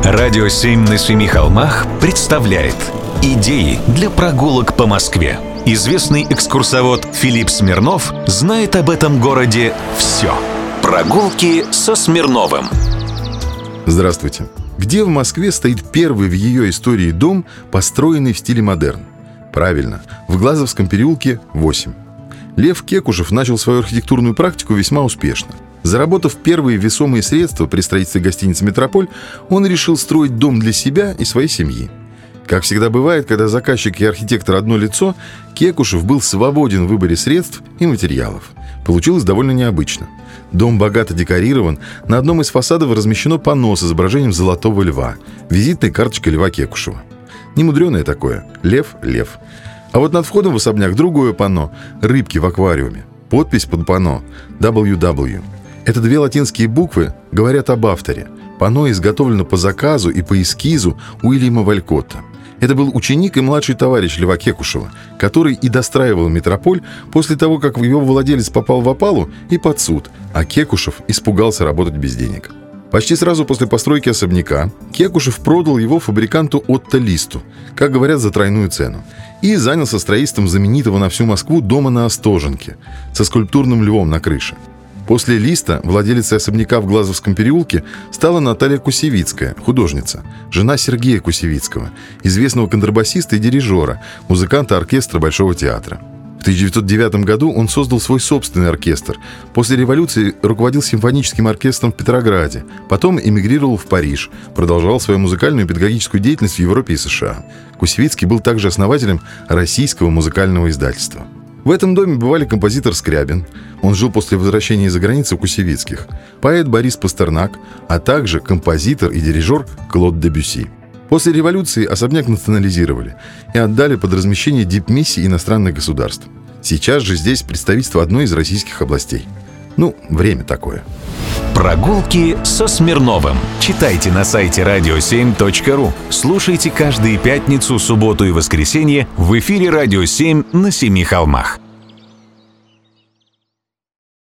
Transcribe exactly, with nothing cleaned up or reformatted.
Радио семь на семи холмах представляет идеи для прогулок по Москве. Известный экскурсовод Филипп Смирнов знает об этом городе все. Прогулки со Смирновым. Здравствуйте. Где в Москве стоит первый в ее истории дом, построенный в стиле модерн? Правильно, в Глазовском переулке восемь. Лев Кекушев начал свою архитектурную практику весьма успешно. Заработав первые весомые средства при строительстве гостиницы «Метрополь», он решил строить дом для себя и своей семьи. Как всегда бывает, когда заказчик и архитектор одно лицо, Кекушев был свободен в выборе средств и материалов. Получилось довольно необычно. Дом богато декорирован, на одном из фасадов размещено панно с изображением золотого льва, визитной карточкой Льва Кекушева. Немудреное такое. Лев – лев. А вот над входом в особняк другое панно – рыбки в аквариуме. Подпись под панно – дабл ю дабл ю. Это две латинские буквы говорят об авторе. Панно изготовлено по заказу и по эскизу Уильяма Валькотта. Это был ученик и младший товарищ Льва Кекушева, который и достраивал «Метрополь» после того, как его владелец попал в опалу и под суд, а Кекушев испугался работать без денег. Почти сразу после постройки особняка Кекушев продал его фабриканту Отто Листу, как говорят, за тройную цену, и занялся строительством знаменитого на всю Москву дома на Остоженке со скульптурным львом на крыше. После Листа владелицей особняка в Глазовском переулке стала Наталья Кусевицкая, художница, жена Сергея Кусевицкого, известного контрабасиста и дирижера, музыканта оркестра Большого театра. В тысяча девятьсот девятом году он создал свой собственный оркестр. После революции руководил симфоническим оркестром в Петрограде, потом эмигрировал в Париж, продолжал свою музыкальную и педагогическую деятельность в Европе и США. Кусевицкий был также основателем Российского музыкального издательства. В этом доме бывали композитор Скрябин, он жил после возвращения из-за границы у Кусевицких, поэт Борис Пастернак, а также композитор и дирижер Клод Дебюсси. После революции особняк национализировали и отдали под размещение дипмиссий иностранных государств. Сейчас же здесь представительство одной из российских областей. Ну, время такое. Прогулки со Смирновым. Читайте на сайте радио семь точка ру. Слушайте каждые пятницу, субботу и воскресенье в эфире «Радио семь» на Семи холмах.